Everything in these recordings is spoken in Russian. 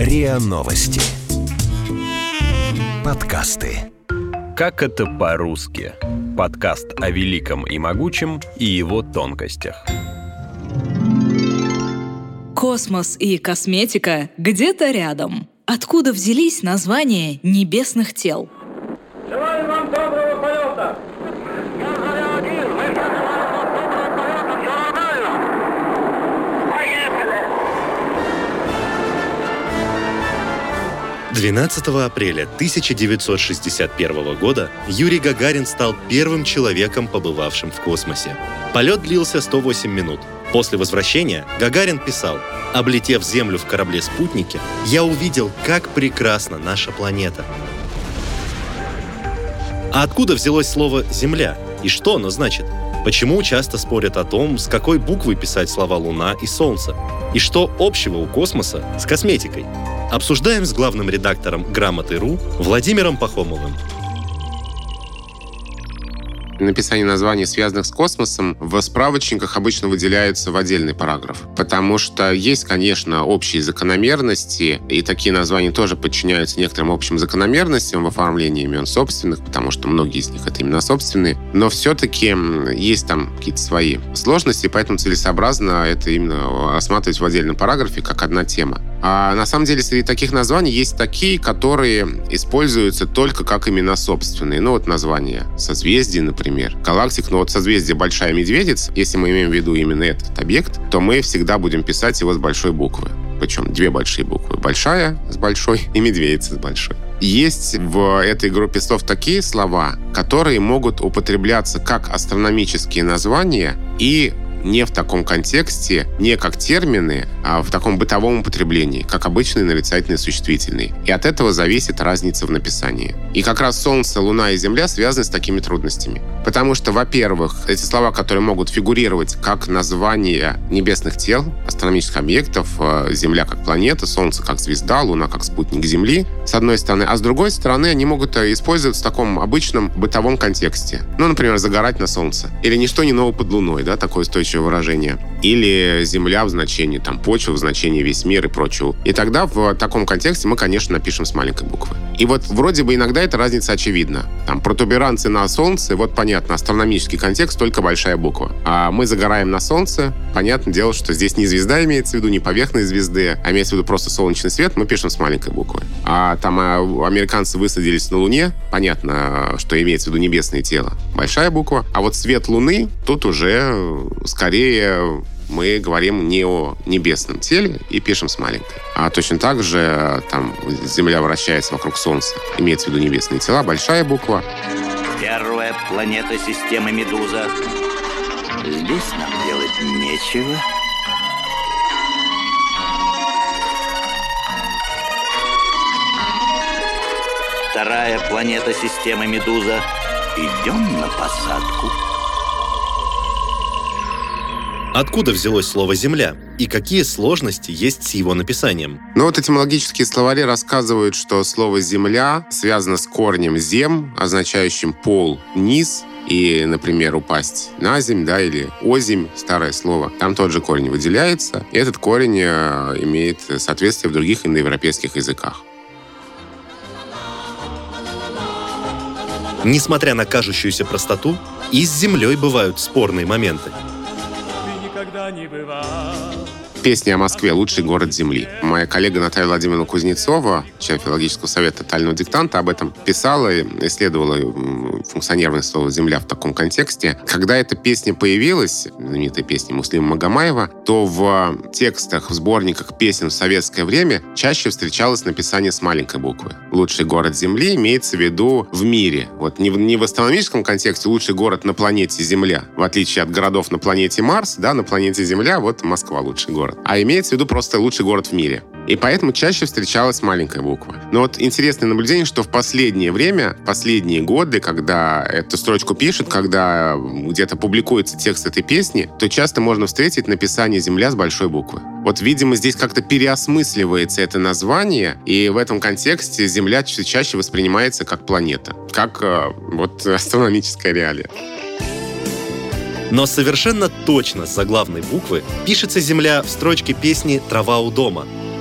РИА Новости. Подкасты. Как это по-русски? Подкаст о великом и могучем и его тонкостях. Космос и косметика где-то рядом. Откуда взялись названия небесных тел? Желаю вам доброго полета! Я Заря-1, мы сейчас желаем вам доброго полета, все нормально! Поехали! 12 апреля 1961 года Юрий Гагарин стал первым человеком, побывавшим в космосе. Полет длился 108 минут. После возвращения Гагарин писал: «Облетев Землю в корабле-спутнике, я увидел, как прекрасна наша планета». А откуда взялось слово «Земля» и что оно значит? Почему часто спорят о том, с какой буквы писать слова «Луна» и «Солнце»? И что общего у космоса с косметикой? Обсуждаем с главным редактором «Грамоты.ру» Владимиром Пахомовым. Написание названий, связанных с космосом, в справочниках обычно выделяется в отдельный параграф. Потому что есть, конечно, общие закономерности, и такие названия тоже подчиняются некоторым общим закономерностям в оформлении имен собственных, потому что многие из них это именно собственные. Но все-таки есть там какие-то свои сложности, поэтому целесообразно это именно рассматривать в отдельном параграфе как одна тема. А на самом деле среди таких названий есть такие, которые используются только как имена собственные. Ну вот название созвездий, например, галактик. Но вот созвездие Большая Медведица, если мы имеем в виду именно этот объект, то мы всегда будем писать его с большой буквы. Причем две большие буквы. Большая с большой и Медведица с большой. Есть в этой группе слов такие слова, которые могут употребляться как астрономические названия и не в таком контексте, не как термины, а в таком бытовом употреблении, как обычные нарицательные существительные. И от этого зависит разница в написании. И как раз Солнце, Луна и Земля связаны с такими трудностями. Потому что, во-первых, эти слова, которые могут фигурировать как названия небесных тел, астрономических объектов, Земля как планета, Солнце как звезда, Луна как спутник Земли, с одной стороны, а с другой стороны, они могут использоваться в таком обычном бытовом контексте. Ну, например, загорать на Солнце. Или ничто не ново под Луной, да, такое устойчивое выражение. Или Земля в значении там, почва, в значении весь мир и прочего. И тогда в таком контексте мы, конечно, напишем с маленькой буквы. И вот вроде бы иногда эта разница очевидна. Там протуберанцы на Солнце, вот понятно, астрономический контекст, только большая буква. А мы загораем на Солнце, понятное дело, что здесь не звезда имеется в виду, не поверхность звезды, а имеется в виду просто солнечный свет, мы пишем с маленькой буквы. А там американцы высадились на Луне, понятно, что имеется в виду небесное тело, большая буква. А вот свет Луны, тут уже скорее мы говорим не о небесном теле и пишем с маленькой. А точно так же там Земля вращается вокруг Солнца. Имеется в виду небесные тела, большая буква. Первая планета системы Медуза. Здесь нам делать нечего. Вторая планета системы Медуза. Идем на посадку. Откуда взялось слово «Земля» и какие сложности есть с его написанием? Ну вот этимологические словари рассказывают, что слово «земля» связано с корнем «зем», означающим «пол», «низ», и, например, упасть на земь, да, или озимь, старое слово. Там тот же корень выделяется, и этот корень имеет соответствие в других индоевропейских языках. Несмотря на кажущуюся простоту, и с Землей бывают спорные моменты. Песня о Москве «Лучший город Земли». Моя коллега Наталья Владимировна Кузнецова, член филологического совета тотального диктанта, об этом писала и исследовала функционирование слова «земля» в таком контексте. Когда эта песня появилась, знаменитая песня Муслима Магомаева, то в текстах, в сборниках песен в советское время чаще встречалось написание с маленькой буквы. «Лучший город Земли» имеется в виду в мире. Вот не в астрономическом контексте «лучший город на планете Земля», в отличие от городов на планете Марс, да, на планете Земля, вот Москва лучший город. А имеется в виду просто лучший город в мире. И поэтому чаще встречалась маленькая буква. Но вот интересное наблюдение, что в последнее время, последние годы, когда эту строчку пишут, когда где-то публикуется текст этой песни, то часто можно встретить написание «Земля» с большой буквы. Вот, видимо, здесь как-то переосмысливается это название, и в этом контексте Земля чаще воспринимается как планета, как вот астрономическая реалия. Но совершенно точно с заглавной буквы пишется «Земля» в строчке песни «Трава у дома».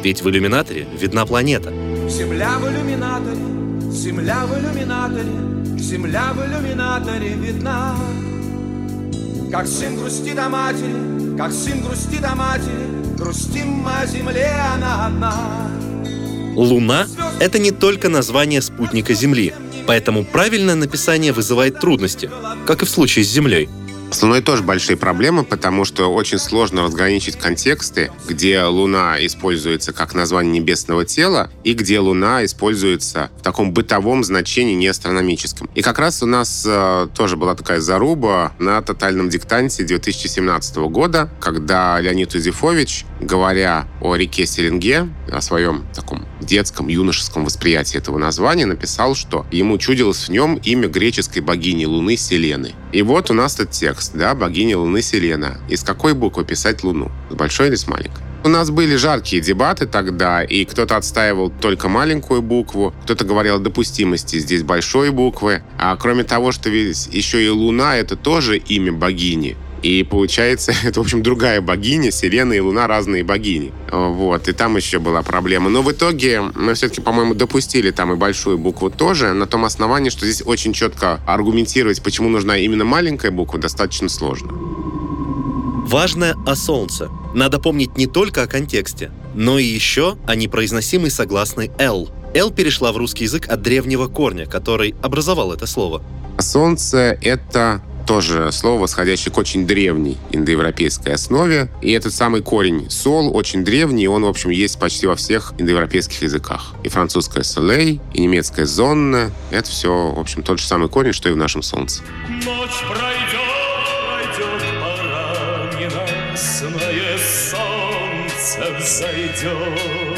ведь в иллюминаторе видна планета. Земля в иллюминаторе, земля в иллюминаторе, земля в иллюминаторе видна. Как сын грустит о матери, как сын грустит о матери, грустим мы о земле, она одна. Луна — это не только название спутника Земли, поэтому правильное написание вызывает трудности, как и в случае с Землей. С Луной тоже большие проблемы, потому что очень сложно разграничить контексты, где Луна используется как название небесного тела и где Луна используется в таком бытовом значении, не астрономическом. И как раз у нас тоже была такая заруба на тотальном диктанте 2017 года, когда Леонид Юзефович, говоря о реке Селенге, о своем таком детском, юношеском восприятии этого названия, написал, что ему чудилось в нем имя греческой богини Луны Селены. И вот у нас этот текст, да, богиня Луны Селена. Из какой буквы писать Луну? С большой или с маленькой? У нас были жаркие дебаты тогда, и кто-то отстаивал только маленькую букву, кто-то говорил о допустимости здесь большой буквы. А кроме того, что ведь еще и Луна — это тоже имя богини. И получается, это, в общем, другая богиня. Селена и Луна — разные богини. Вот. И там еще была проблема. Но в итоге мы все-таки, по-моему, допустили там и большую букву тоже, на том основании, что здесь очень четко аргументировать, почему нужна именно маленькая буква, достаточно сложно. Важное о Солнце. Надо помнить не только о контексте, но и еще о непроизносимой согласной «л». «Л» перешла в русский язык от древнего корня, который образовал это слово. Солнце — это тоже слово, восходящее к очень древней индоевропейской основе. И этот самый корень «сол» очень древний, и он, в общем, есть почти во всех индоевропейских языках. И французское «солей», и немецкое «зонне» — это все, в общем, тот же самый корень, что и в нашем Солнце. Ночь пройдет, пора ненастное, солнце взойдет.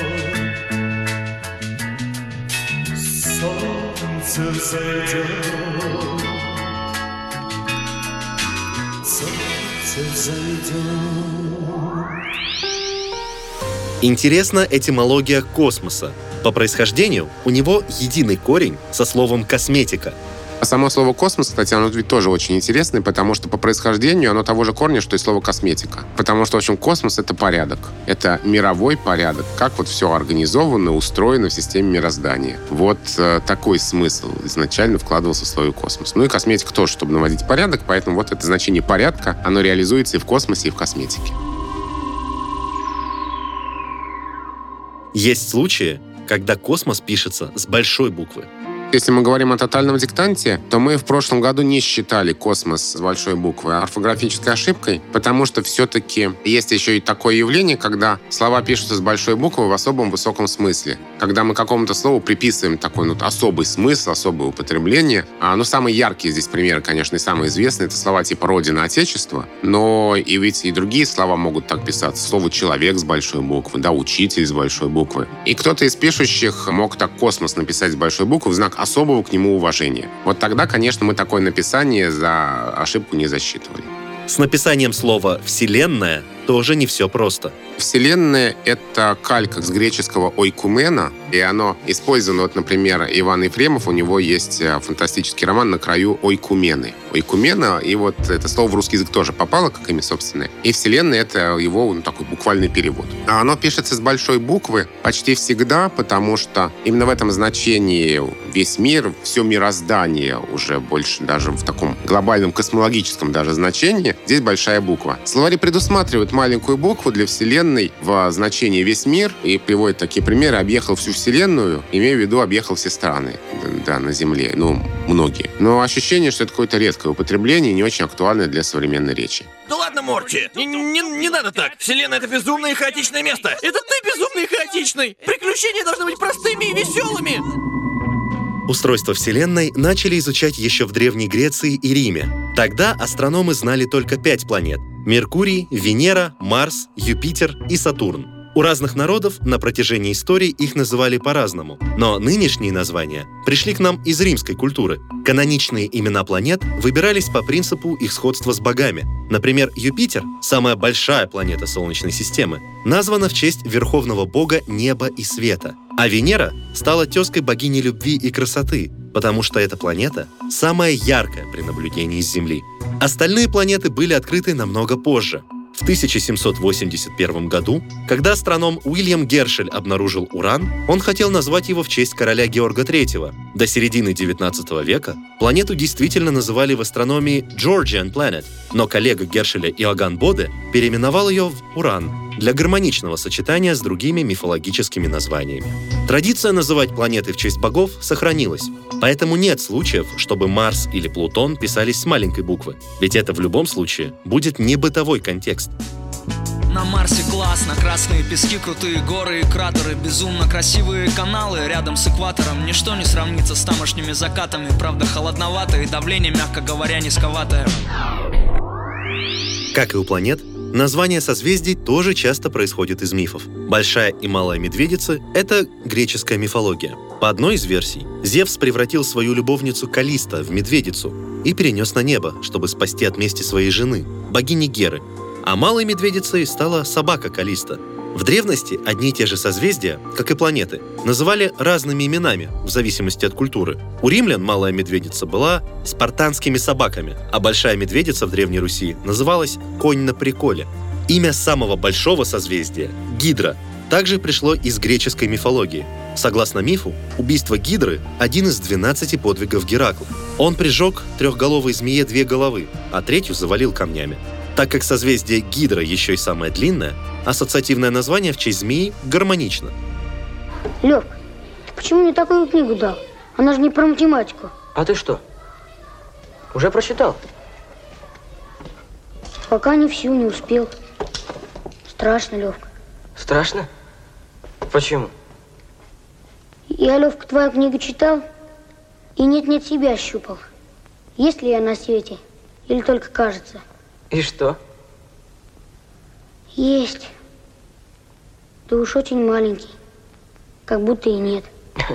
Солнце взойдет. Интересна этимология космоса. По происхождению у него единый корень со словом «косметика». А само слово «космос», кстати, оно ведь тоже очень интересное, потому что по происхождению оно того же корня, что и слово «косметика». Потому что, в общем, космос — это порядок. Это мировой порядок. Как вот все организовано, устроено в системе мироздания. Вот такой смысл изначально вкладывался в слово «космос». Ну и косметика тоже, чтобы наводить порядок, поэтому вот это значение порядка, оно реализуется и в космосе, и в косметике. Есть случаи, когда космос пишется с большой буквы. Если мы говорим о тотальном диктанте, то мы в прошлом году не считали космос с большой буквы орфографической ошибкой, потому что все-таки есть еще и такое явление, когда слова пишутся с большой буквы в особом высоком смысле. Когда мы какому-то слову приписываем такой особый смысл, особое употребление. Самые яркие здесь примеры, конечно, и самые известные — это слова типа «Родина», «Отечество». Но и ведь и другие слова могут так писаться. Слово «человек» с большой буквы, да, «учитель» с большой буквы. И кто-то из пишущих мог так «космос» написать с большой буквы в знак особого к нему уважения. Вот тогда, конечно, мы такое написание за ошибку не засчитывали. С написанием слова «вселенная» тоже не все просто. Вселенная — это калька с греческого «ойкумена», и оно использовано, вот, например, Иван Ефремов, у него есть фантастический роман «На краю ойкумены». Ойкумена, и вот это слово в русский язык тоже попало, как имя собственное. И Вселенная — это его такой буквальный перевод. А оно пишется с большой буквы почти всегда, потому что именно в этом значении весь мир, все мироздание уже больше даже в таком глобальном космологическом даже значении, здесь большая буква. Словари предусматривают маленькую букву для Вселенной в значении «весь мир» и приводят такие примеры: «объехал всю Вселенную», имея в виду «объехал все страны», да, на Земле, многие. Но ощущение, что это какое-то редкое употребление, не очень актуальное для современной речи. Да ладно, Морти, не надо так. Вселенная — это безумное и хаотичное место. Это ты безумный и хаотичный. Приключения должны быть простыми и веселыми. Устройство Вселенной начали изучать еще в Древней Греции и Риме. Тогда астрономы знали только 5 планет — Меркурий, Венера, Марс, Юпитер и Сатурн. У разных народов на протяжении истории их называли по-разному. Но нынешние названия пришли к нам из римской культуры. Каноничные имена планет выбирались по принципу их сходства с богами. Например, Юпитер, самая большая планета Солнечной системы, названа в честь верховного бога неба и света. А Венера стала тезкой богини любви и красоты, потому что эта планета самая яркая при наблюдении с Земли. Остальные планеты были открыты намного позже. В 1781 году, когда астроном Уильям Гершель обнаружил Уран, он хотел назвать его в честь короля Георга III. До середины XIX века планету действительно называли в астрономии Georgian Planet, но коллега Гершеля Иоганн Боде переименовал ее в Уран для гармоничного сочетания с другими мифологическими названиями. Традиция называть планеты в честь богов сохранилась, поэтому нет случаев, чтобы Марс или Плутон писались с маленькой буквы, ведь это в любом случае будет не бытовой контекст. На Марсе классно, красные пески, крутые горы и кратеры, безумно красивые каналы рядом с экватором. Ничто не сравнится с тамошними закатами, правда холодновато и давление, мягко говоря, низковатое. Как и у планет, название созвездий тоже часто происходит из мифов. Большая и Малая Медведицы — это греческая мифология. По одной из версий, Зевс превратил свою любовницу Каллисто в медведицу и перенес на небо, чтобы спасти от мести своей жены, богини Геры. А Малой Медведицей стала собака Каллисто. В древности одни и те же созвездия, как и планеты, называли разными именами в зависимости от культуры. У римлян Малая Медведица была спартанскими собаками, а Большая Медведица в Древней Руси называлась конь на приколе. Имя самого большого созвездия — Гидра — также пришло из греческой мифологии. Согласно мифу, убийство Гидры — один из 12 подвигов Геракла. Он прижег трехголовой змее 2 головы, а третью завалил камнями. Так как созвездие Гидра еще и самое длинное, ассоциативное название в честь змеи гармонично. Лёв, ты почему мне такую книгу дал? Она же не про математику. А ты что, уже прочитал? Пока не всю, не успел. Страшно, Лёвка. Страшно? Почему? Я, Лёвка, твою книгу читал и нет-нет себя щупал. Есть ли я на свете или только кажется? И что? Есть. Ты уж очень маленький. Как будто и нет.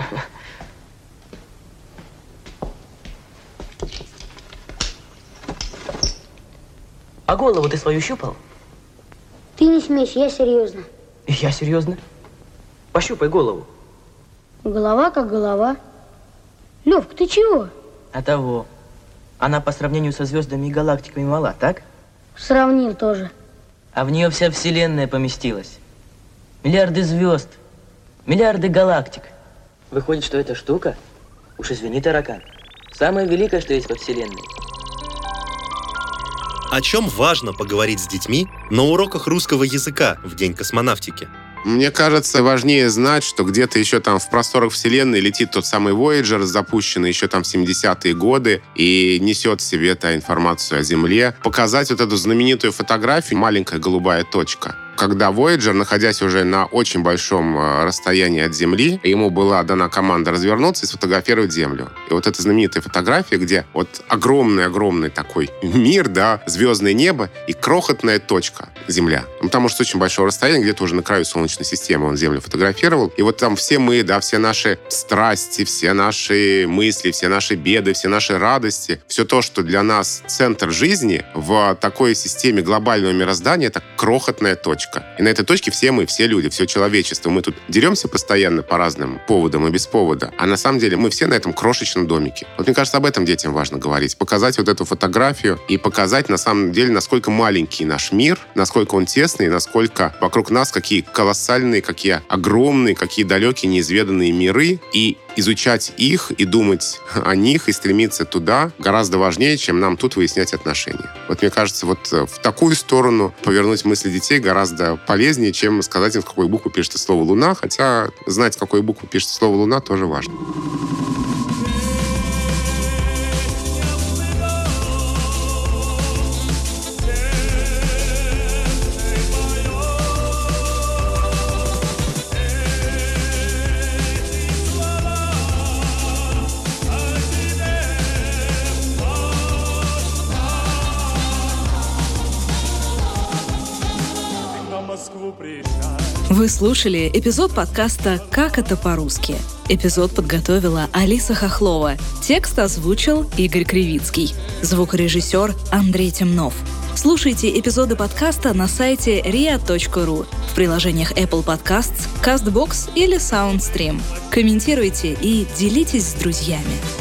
А голову ты свою щупал? Ты не смейся, я серьезно. Я серьезно? Пощупай голову. Голова как голова. Лёвка, ты чего? А того. Она по сравнению со звездами и галактиками мала, так? Сравнил тоже. А в нее вся Вселенная поместилась. Миллиарды звезд, миллиарды галактик. Выходит, что эта штука, уж извини, таракан, самое великое, что есть во Вселенной. О чем важно поговорить с детьми на уроках русского языка в День космонавтики? Мне кажется, важнее знать, что где-то еще там в просторах Вселенной летит тот самый Voyager, запущенный еще там в 70-е годы, и несет в себе эту информацию о Земле. Показать вот эту знаменитую фотографию «Маленькая голубая точка». Когда Voyager, находясь уже на очень большом расстоянии от Земли, ему была дана команда развернуться и сфотографировать Землю. И вот эта знаменитая фотография, где вот огромный-огромный такой мир, да, звездное небо и крохотная точка Земля. Потому что очень большое расстояние, где-то уже на краю Солнечной системы он Землю фотографировал. И вот там все мы, да, все наши страсти, все наши мысли, все наши беды, все наши радости, все то, что для нас центр жизни в такой системе глобального мироздания, это крохотная точка. И на этой точке все мы, все люди, все человечество. Мы тут деремся постоянно по разным поводам и без повода. А на самом деле мы все на этом крошечном домике. Вот мне кажется, об этом детям важно говорить. Показать вот эту фотографию и показать на самом деле, насколько маленький наш мир, насколько он тесный, насколько вокруг нас какие колоссальные, какие огромные, какие далекие, неизведанные миры. И изучать их, и думать о них, и стремиться туда гораздо важнее, чем нам тут выяснять отношения. Вот мне кажется, вот в такую сторону повернуть мысли детей гораздо полезнее, чем сказать им, в какой букву пишется слово «Луна», хотя знать, в какой букву пишется слово «Луна» тоже важно. Вы слушали эпизод подкаста «Как это по-русски». Эпизод подготовила Алиса Хохлова. Текст озвучил Игорь Кривицкий. Звукорежиссер Андрей Темнов. Слушайте эпизоды подкаста на сайте ria.ru, в приложениях Apple Podcasts, CastBox или SoundStream. Комментируйте и делитесь с друзьями.